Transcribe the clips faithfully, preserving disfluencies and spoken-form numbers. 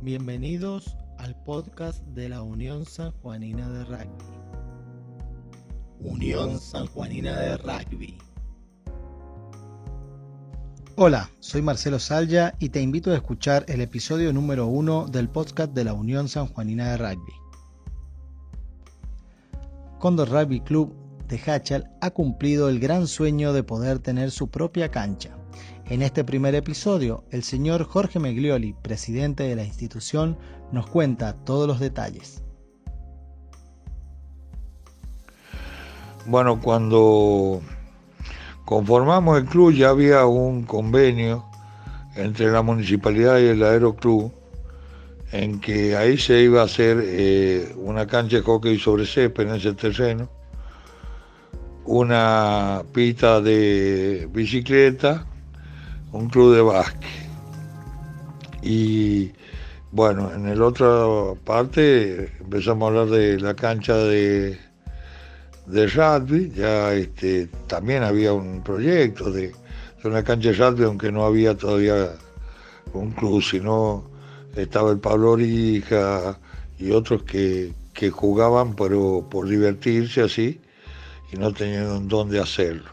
Bienvenidos al podcast de la Unión Sanjuanina de Rugby. Unión Sanjuanina de Rugby. Hola, soy Marcelo Salya y te invito a escuchar el episodio número uno del podcast de la Unión Sanjuanina de Rugby. Cóndor Rugby Club de Jáchal ha cumplido el gran sueño de poder tener su propia cancha. En este primer episodio, el señor Jorge Meglioli, presidente de la institución, nos cuenta todos los detalles. Bueno, cuando conformamos el club ya había un convenio entre la municipalidad y el Aeroclub en que ahí se iba a hacer eh, una cancha de hockey sobre césped en ese terreno, una pista de bicicleta, un club de básquet. Y bueno, en la otra parte empezamos a hablar de la cancha de, de rugby. Ya este, también había un proyecto de, de una cancha de rugby, aunque no había todavía un club, sino estaba el Pablo Orija y otros que, que jugaban pero por divertirse así y no tenían dónde hacerlo.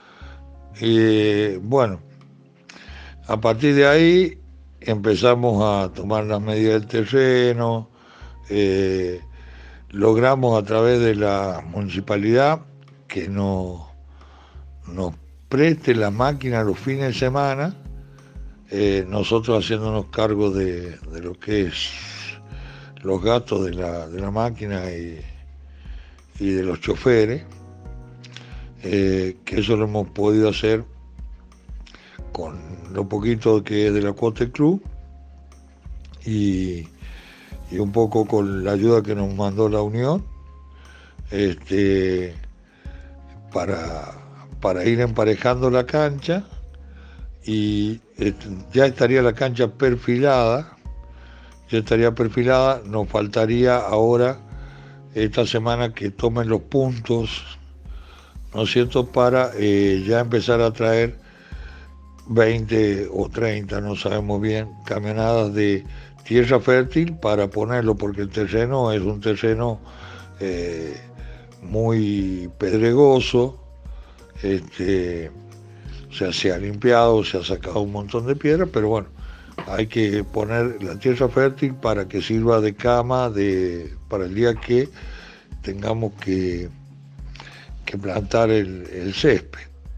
Y bueno, a partir de ahí empezamos a tomar las medidas del terreno, eh, logramos a través de la municipalidad que nos, nos preste la máquina los fines de semana, eh, nosotros haciéndonos cargo de, de lo que es los gastos de la, de la máquina y, y de los choferes, eh, que eso lo hemos podido hacer con lo poquito que es de la cuota del club y, y un poco con la ayuda que nos mandó la Unión, este, para, para ir emparejando la cancha y este, ya estaría la cancha perfilada, ya estaría perfilada, nos faltaría ahora esta semana que tomen los puntos, ¿no es cierto?, para eh, ya empezar a traer veinte o treinta, no sabemos bien, camionadas de tierra fértil para ponerlo, porque el terreno es un terreno eh, muy pedregoso, este, o sea, se ha limpiado, se ha sacado un montón de piedra, pero bueno, hay que poner la tierra fértil para que sirva de cama de, para el día que tengamos que, que plantar el, el césped.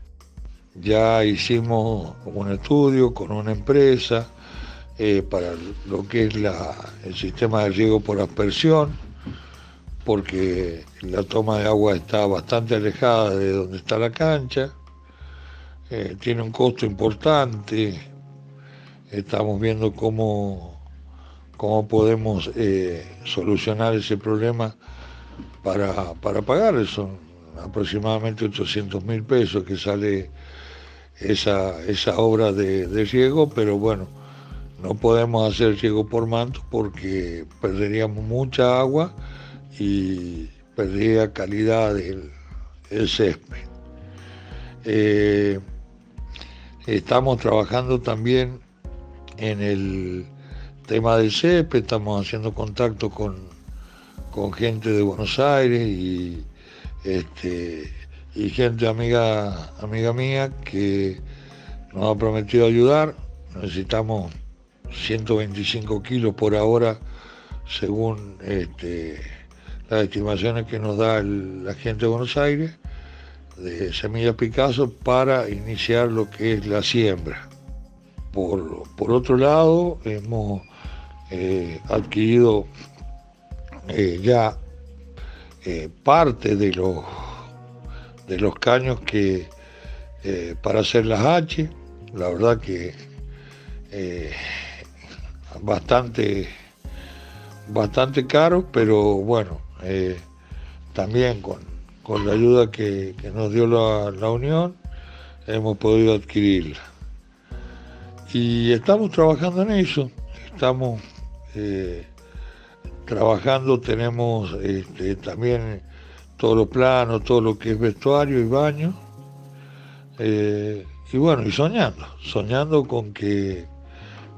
Ya hicimos un estudio con una empresa eh, para lo que es la, el sistema de riego por aspersión, porque la toma de agua está bastante alejada de donde está la cancha, eh, tiene un costo importante, estamos viendo cómo, cómo podemos eh, solucionar ese problema para, para pagar, son aproximadamente ochocientos mil pesos que sale esa, esa obra de, de riego, pero bueno, no podemos hacer riego por manto porque perderíamos mucha agua y perdería calidad del el césped. Eh, estamos trabajando también en el tema del césped, estamos haciendo contacto con, con gente de Buenos Aires y este y gente amiga, amiga mía que nos ha prometido ayudar. Necesitamos ciento veinticinco kilos por ahora, según este, las estimaciones que nos da el, la gente de Buenos Aires, de semillas Picasso, para iniciar lo que es la siembra. Por, por otro lado, hemos eh, adquirido eh, ya eh, parte de los de los caños que eh, para hacer las H, la verdad que eh, bastante bastante caro, pero bueno, eh, también con, con la ayuda que, que nos dio la, la Unión hemos podido adquirirla y estamos trabajando en eso, estamos eh, trabajando, tenemos este, también todos los planos, todo lo que es vestuario y baño, eh, y bueno, y soñando, soñando con que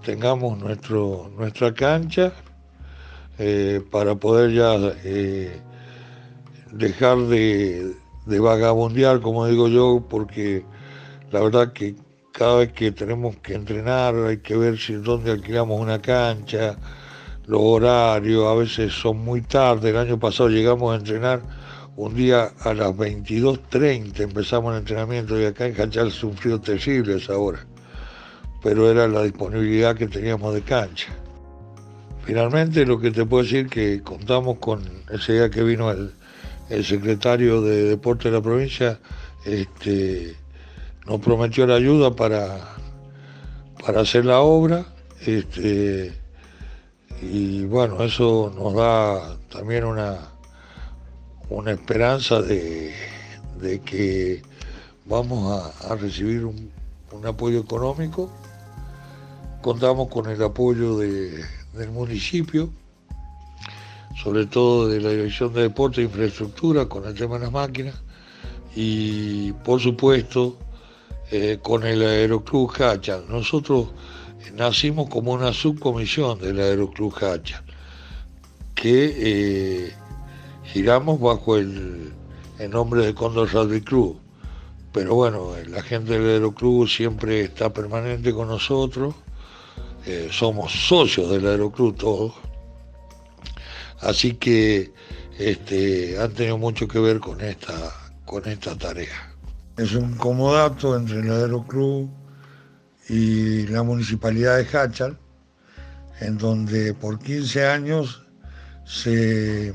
tengamos nuestro, nuestra cancha eh, para poder ya eh, dejar de, de vagabundear, como digo yo, porque la verdad que cada vez que tenemos que entrenar hay que ver si dónde alquilamos una cancha, los horarios, a veces son muy tarde. El año pasado llegamos a entrenar un día a las veintidós treinta, empezamos el entrenamiento y acá en Hachal es un frío terrible a esa hora, pero era la disponibilidad que teníamos de cancha. Finalmente lo que te puedo decir que contamos con ese día que vino el, el secretario de Deporte de la provincia, este, nos prometió la ayuda para, para hacer la obra, este, y bueno, eso nos da también una, una esperanza de, de que vamos a, a recibir un, un apoyo económico. Contamos con el apoyo de, del municipio, sobre todo de la Dirección de Deporte e Infraestructura, con el tema de las máquinas, y por supuesto eh, con el Aeroclub Hachal. Nosotros nacimos como una subcomisión del Aeroclub Hachal, que eh, giramos bajo el, el nombre de Cóndor Rugby Club. Pero bueno, la gente del Aeroclub siempre está permanente con nosotros, eh, somos socios del Aeroclub todos, así que este, han tenido mucho que ver con esta, con esta tarea. Es un comodato entre el Aeroclub y la Municipalidad de Hachal, en donde por quince años se,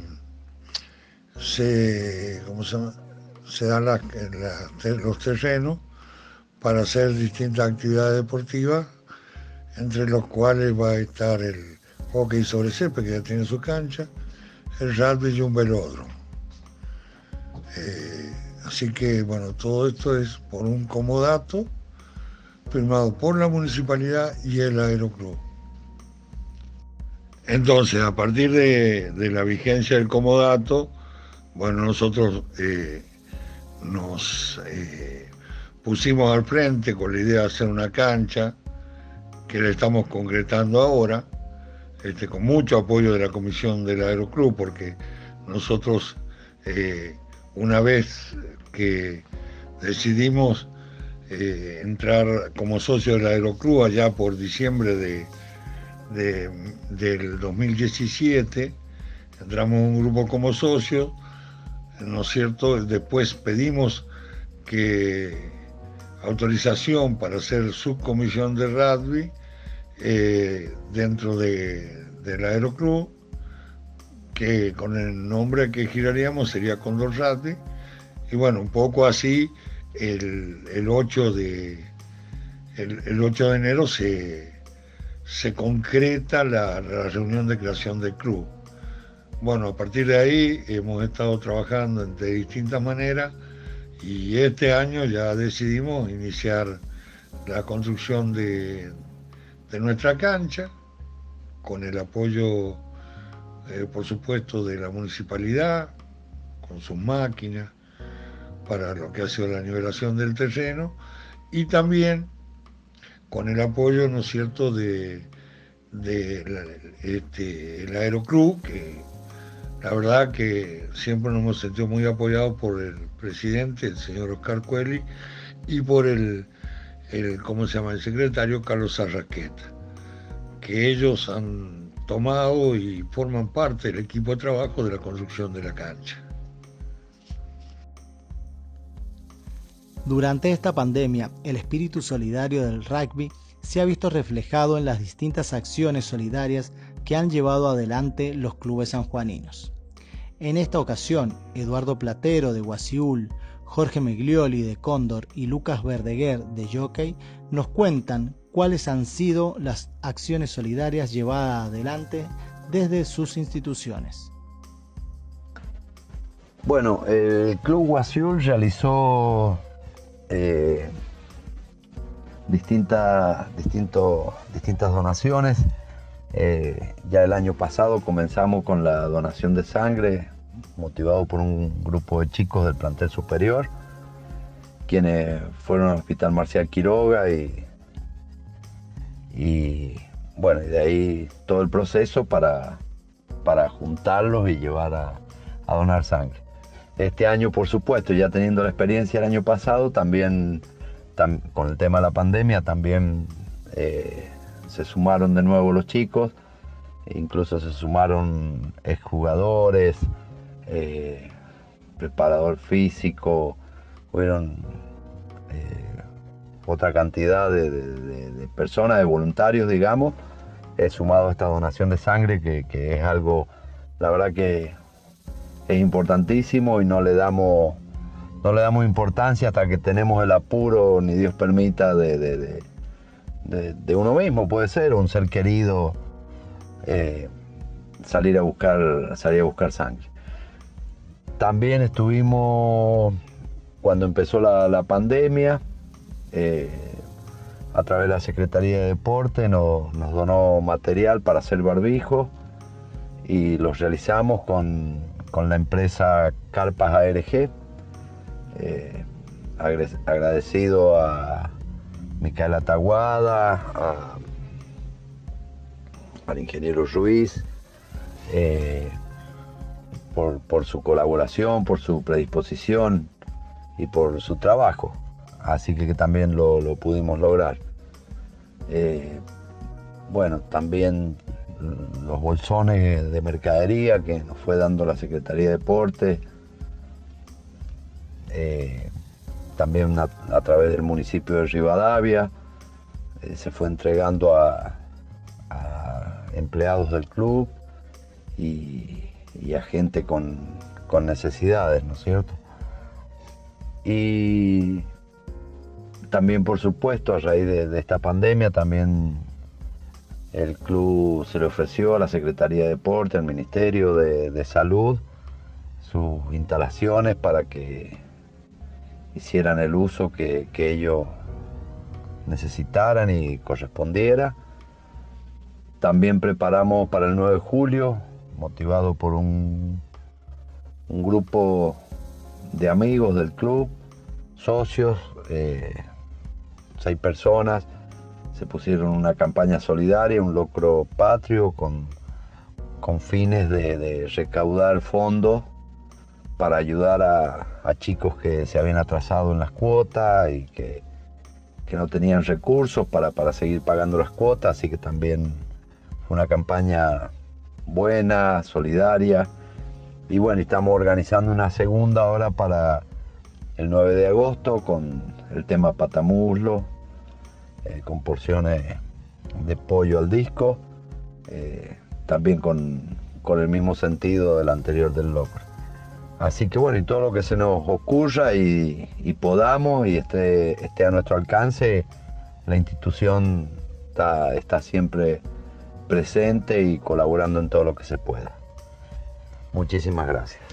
se, ¿cómo se llama? se dan la, la, los terrenos para hacer distintas actividades deportivas, entre los cuales va a estar el hockey sobre césped, que ya tiene su cancha, el rugby y un velódromo. Eh, así que, bueno, todo esto es por un comodato firmado por la municipalidad y el Aeroclub. Entonces, a partir de, de la vigencia del comodato, bueno, nosotros eh, nos eh, pusimos al frente con la idea de hacer una cancha que la estamos concretando ahora, este, con mucho apoyo de la comisión del Aeroclub, porque nosotros eh, una vez que decidimos eh, entrar como socio del Aeroclub allá por diciembre de, de, del dos mil diecisiete, entramos en un grupo como socios, ¿no es cierto? Después pedimos que autorización para hacer subcomisión de rugby eh, dentro de, del Aeroclub, que con el nombre que giraríamos sería Cóndor Rugby, y bueno, un poco así el, el, ocho, de, el, el ocho de enero se, se concreta la, la reunión de creación del club. Bueno, a partir de ahí hemos estado trabajando de distintas maneras y este año ya decidimos iniciar la construcción de, de nuestra cancha con el apoyo, eh, por supuesto, de la municipalidad, con sus máquinas para lo que ha sido la nivelación del terreno y también con el apoyo, ¿no es cierto?, de, de la, este, el Aeroclub, que la verdad que siempre nos hemos sentido muy apoyados por el presidente, el señor Oscar Cueli, y por el, el, ¿cómo se llama?, el secretario Carlos Arraqueta, que ellos han tomado y forman parte del equipo de trabajo de la construcción de la cancha. Durante esta pandemia, el espíritu solidario del rugby se ha visto reflejado en las distintas acciones solidarias que han llevado adelante los clubes sanjuaninos. En esta ocasión, Eduardo Platero de Guasiul, Jorge Meglioli de Cóndor y Lucas Verdeguer de Jockey nos cuentan cuáles han sido las acciones solidarias llevadas adelante desde sus instituciones. Bueno, el Club Guasiul realizó eh, distintas, distinto, distintas donaciones. Eh, ya el año pasado comenzamos con la donación de sangre, motivado por un grupo de chicos del plantel superior, quienes fueron al Hospital Marcial Quiroga y, y bueno, y de ahí todo el proceso para, para juntarlos y llevar a, a donar sangre. Este año, por supuesto, ya teniendo la experiencia el año pasado, también tam, con el tema de la pandemia, también eh, se sumaron de nuevo los chicos, incluso se sumaron exjugadores, eh, preparador físico, hubieron eh, otra cantidad de, de, de personas, de voluntarios, digamos, eh, sumado a esta donación de sangre, que, que es algo, la verdad que es importantísimo y no le damos, no le damos importancia hasta que tenemos el apuro, ni Dios permita, de, de, de, de, de uno mismo, puede ser, un ser querido, eh, salir a buscar, salir a buscar sangre. También estuvimos, cuando empezó la, la pandemia, eh, a través de la Secretaría de Deporte nos, nos donó material para hacer barbijos y los realizamos con, con la empresa Carpas A R G. Eh, agradecido a Micaela Taguada, a, al ingeniero Ruiz, eh, por, por su colaboración, por su predisposición y por su trabajo. Así que, que también lo, lo pudimos lograr. Eh, bueno, también los bolsones de mercadería que nos fue dando la Secretaría de Deporte, eh, también a, a través del municipio de Rivadavia, eh, se fue entregando a, a empleados del club y, y a gente con, con necesidades, ¿no es cierto? Y también, por supuesto, a raíz de, de esta pandemia, también el club se le ofreció a la Secretaría de Deporte, al Ministerio de, de Salud, sus instalaciones para que hicieran el uso que, que ellos necesitaran y correspondiera. También preparamos para el nueve de julio, motivado por un, un grupo de amigos del club, socios, eh, seis personas, se pusieron una campaña solidaria, un locro patrio con, con fines de, de recaudar fondos para ayudar a, a chicos que se habían atrasado en las cuotas y que, que no tenían recursos para, para seguir pagando las cuotas, así que también fue una campaña buena, solidaria. Y bueno, estamos organizando una segunda ahora para el nueve de agosto con el tema patamuslo, eh, con porciones de pollo al disco, eh, también con, con el mismo sentido del anterior del locro. Así que bueno, y todo lo que se nos ocurra y, y podamos y esté, esté a nuestro alcance, la institución está, está siempre presente y colaborando en todo lo que se pueda. Muchísimas gracias.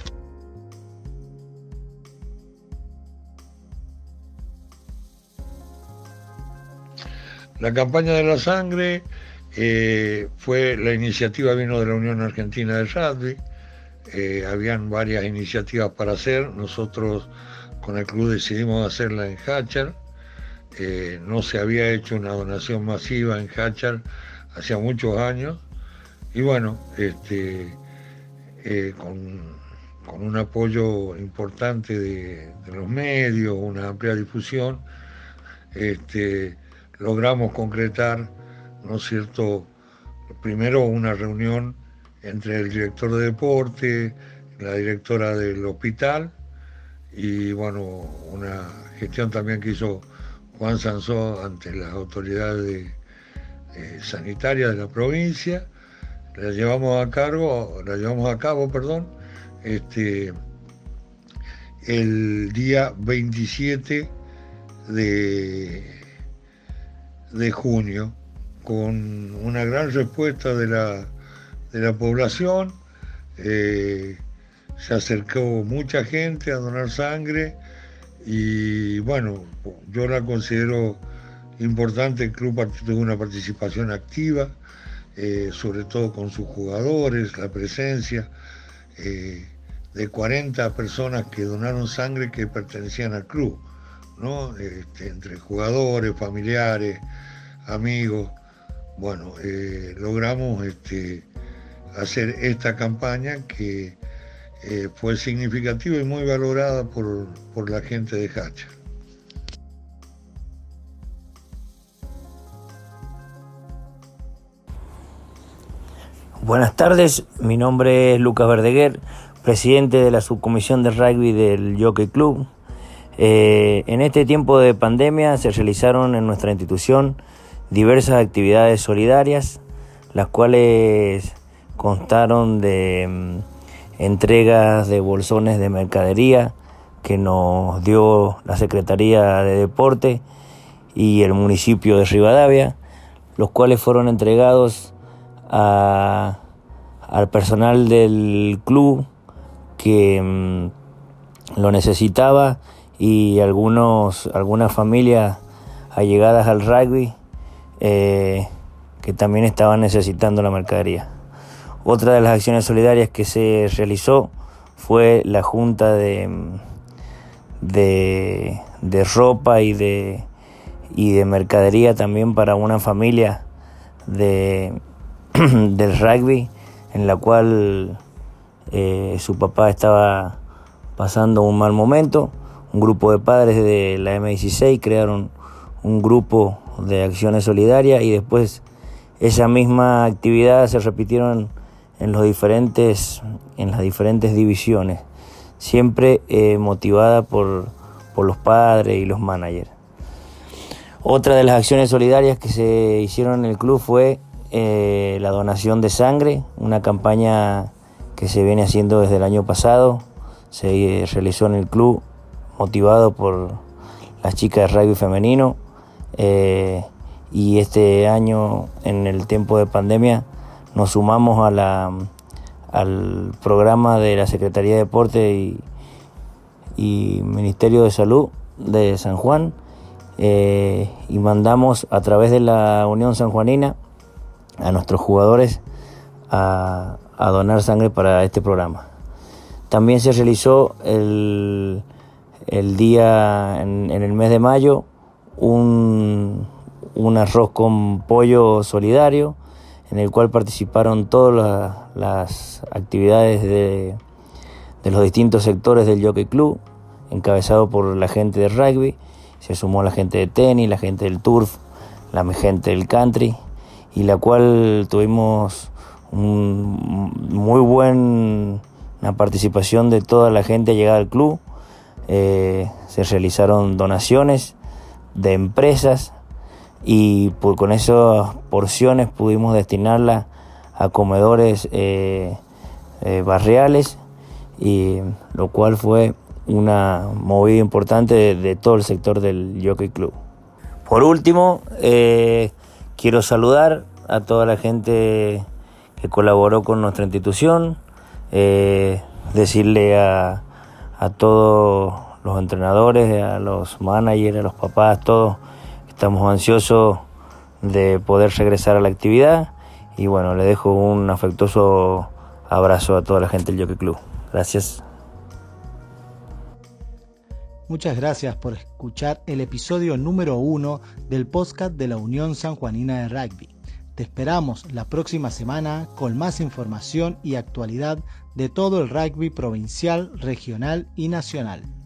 La campaña de la sangre eh, fue, la iniciativa vino de la Unión Argentina de Rugby. Eh, habían varias iniciativas para hacer, nosotros con el club decidimos hacerla en Jáchal. Eh, no se había hecho una donación masiva en Jáchal hacía muchos años y bueno, este, eh, con, con un apoyo importante de, de los medios, una amplia difusión, este, logramos concretar, ¿no es cierto?, primero una reunión entre el director de deporte, la directora del hospital y bueno, una gestión también que hizo Juan Sansó ante las autoridades de, eh, sanitarias de la provincia. La llevamos a cargo, la llevamos a cabo, perdón, este, el día veintisiete de, de junio, con una gran respuesta de la de la población. Eh, se acercó mucha gente a donar sangre y bueno, yo la considero importante. El club tuvo una participación activa, eh, sobre todo con sus jugadores, la presencia eh, de cuarenta personas que donaron sangre que pertenecían al club, ¿no? Este, entre jugadores, familiares, amigos. bueno, eh, logramos este, hacer esta campaña que eh, fue significativa y muy valorada por, por la gente de Háchal. Buenas tardes, mi nombre es Lucas Verdeguer, presidente de la subcomisión de rugby del Jockey Club. Eh, en este tiempo de pandemia se realizaron en nuestra institución diversas actividades solidarias, las cuales constaron de mm, entregas de bolsones de mercadería que nos dio la Secretaría de Deporte y el municipio de Rivadavia, los cuales fueron entregados A, al personal del club que mmm, lo necesitaba y algunos algunas familias allegadas al rugby eh, que también estaban necesitando la mercadería. Otra de las acciones solidarias que se realizó fue la junta de, de, de ropa y de, y de mercadería también para una familia de del rugby, en la cual eh, su papá estaba pasando un mal momento. Un grupo de padres de la eme dieciséis crearon un grupo de acciones solidarias y después esa misma actividad se repitieron en los diferentes en las diferentes divisiones, siempre eh, motivada por, por los padres y los managers. Otra de las acciones solidarias que se hicieron en el club fue Eh, la donación de sangre, una campaña que se viene haciendo desde el año pasado. Se eh, realizó en el club motivado por las chicas de rugby femenino eh, y este año, en el tiempo de pandemia, nos sumamos a la, al programa de la Secretaría de Deporte y, y Ministerio de Salud de San Juan eh, y mandamos a través de la Unión Sanjuanina a nuestros jugadores a, a donar sangre para este programa. También se realizó el, el día, en, en el mes de mayo, un, un arroz con pollo solidario, en el cual participaron todas las, las actividades de, de los distintos sectores del Jockey Club, encabezado por la gente de rugby. Se sumó la gente de tenis, la gente del turf, la gente del country, y la cual tuvimos un muy buena participación de toda la gente llegada al club. Eh, se realizaron donaciones de empresas y por, con esas porciones pudimos destinarlas a comedores eh, eh, barriales, y lo cual fue una movida importante de, de todo el sector del Jockey Club. Por último, eh, quiero saludar a toda la gente que colaboró con nuestra institución, eh, decirle a, a todos los entrenadores, a los managers, a los papás, todos, estamos ansiosos de poder regresar a la actividad y bueno, le dejo un afectuoso abrazo a toda la gente del Jockey Club. Gracias. Muchas gracias por escuchar el episodio número uno del podcast de la Unión Sanjuanina de Rugby. Te esperamos la próxima semana con más información y actualidad de todo el rugby provincial, regional y nacional.